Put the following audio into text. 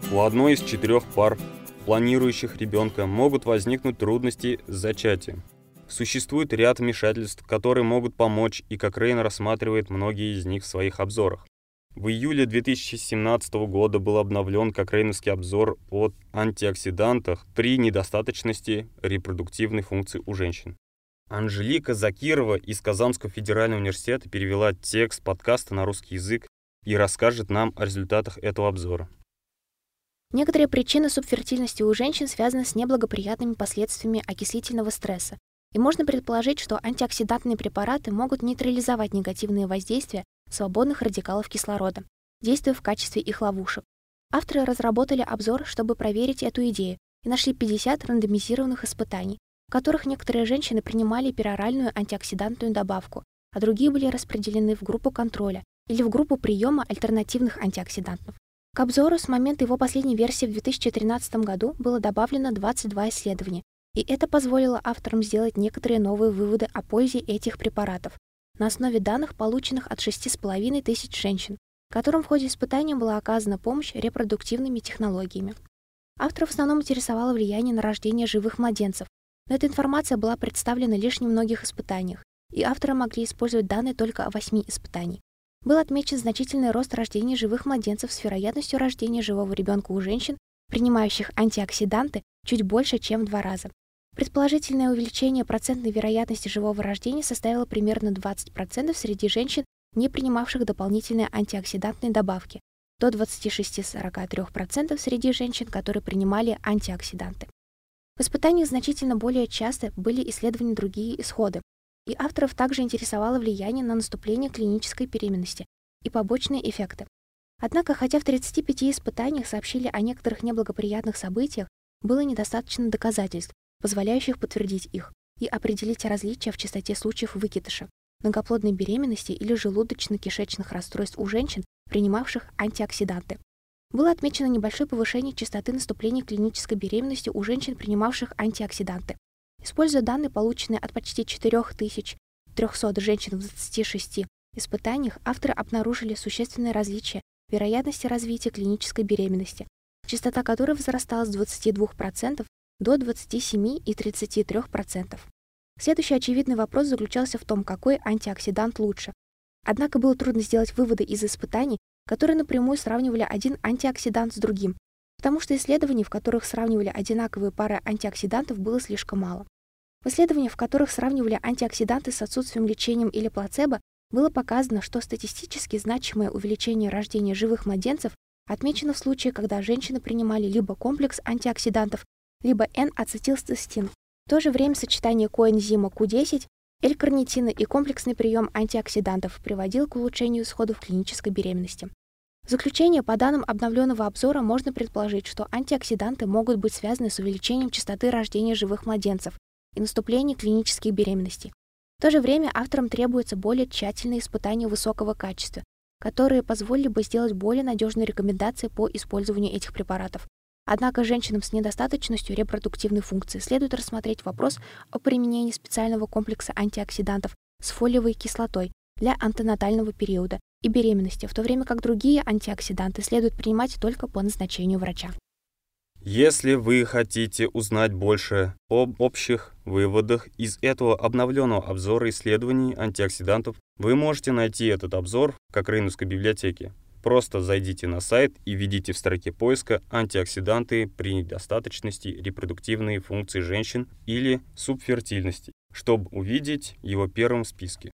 У одной из 4 пар, планирующих ребенка, могут возникнуть трудности с зачатием. Существует ряд вмешательств, которые могут помочь, и Cochrane рассматривает многие из них в своих обзорах. В июле 2017 года был обновлен Cochrane-овский обзор о антиоксидантах при недостаточности репродуктивной функции у женщин. Анжелика Закирова из Казанского федерального университета перевела текст подкаста на русский язык и расскажет нам о результатах этого обзора. Некоторые причины субфертильности у женщин связаны с неблагоприятными последствиями окислительного стресса, и можно предположить, что антиоксидантные препараты могут нейтрализовать негативные воздействия свободных радикалов кислорода, действуя в качестве их ловушек. Авторы разработали обзор, чтобы проверить эту идею, и нашли 50 рандомизированных испытаний, в которых некоторые женщины принимали пероральную антиоксидантную добавку, а другие были распределены в группу контроля или в группу приема альтернативных антиоксидантов. К обзору с момента его последней версии в 2013 году было добавлено 22 исследования, и это позволило авторам сделать некоторые новые выводы о пользе этих препаратов на основе данных, полученных от 6,5 тысяч женщин, которым в ходе испытания была оказана помощь репродуктивными технологиями. Авторов в основном интересовало влияние на рождение живых младенцев, но эта информация была представлена лишь в немногих испытаниях, и авторы могли использовать данные только о 8 испытаниях. Был отмечен значительный рост рождения живых младенцев с вероятностью рождения живого ребенка у женщин, принимающих антиоксиданты, чуть больше, чем в 2 раза. Предположительное увеличение процентной вероятности живого рождения составило примерно 20% среди женщин, не принимавших дополнительные антиоксидантные добавки, до 26-43% среди женщин, которые принимали антиоксиданты. В испытаниях значительно более часто были исследованы другие исходы, и авторов также интересовало влияние на наступление клинической беременности и побочные эффекты. Однако, хотя в 35 испытаниях сообщили о некоторых неблагоприятных событиях, было недостаточно доказательств, позволяющих подтвердить их и определить различия в частоте случаев выкидыша, многоплодной беременности или желудочно-кишечных расстройств у женщин, принимавших антиоксиданты. Было отмечено небольшое повышение частоты наступления клинической беременности у женщин, принимавших антиоксиданты. Используя данные, полученные от почти 4300 женщин в 26 испытаниях, авторы обнаружили существенное различие в вероятности развития клинической беременности, частота которой возрастала с 22% до 27,33%. Следующий очевидный вопрос заключался в том, какой антиоксидант лучше. Однако было трудно сделать выводы из испытаний, которые напрямую сравнивали один антиоксидант с другим, потому что исследований, в которых сравнивали одинаковые пары антиоксидантов, было слишком мало. В исследованиях, в которых сравнивали антиоксиданты с отсутствием лечения или плацебо, было показано, что статистически значимое увеличение рождения живых младенцев отмечено в случае, когда женщины принимали либо комплекс антиоксидантов, либо N-ацетилцистин. В то же время сочетание коэнзима Q10, L-карнитина и комплексный прием антиоксидантов приводил к улучшению исходов клинической беременности. В заключение, по данным обновленного обзора, можно предположить, что антиоксиданты могут быть связаны с увеличением частоты рождения живых младенцев и наступлением клинических беременностей. В то же время авторам требуются более тщательные испытания высокого качества, которые позволили бы сделать более надежные рекомендации по использованию этих препаратов. Однако женщинам с недостаточностью репродуктивной функции следует рассмотреть вопрос о применении специального комплекса антиоксидантов с фолиевой кислотой для антенатального периода и беременности, в то время как другие антиоксиданты следует принимать только по назначению врача. Если вы хотите узнать больше об общих выводах из этого обновленного обзора исследований антиоксидантов, вы можете найти этот обзор в Cochrane-овской библиотеке. Просто зайдите на сайт и введите в строке поиска «Антиоксиданты при недостаточности репродуктивной функции женщин» или «Субфертильности», чтобы увидеть его первым в списке.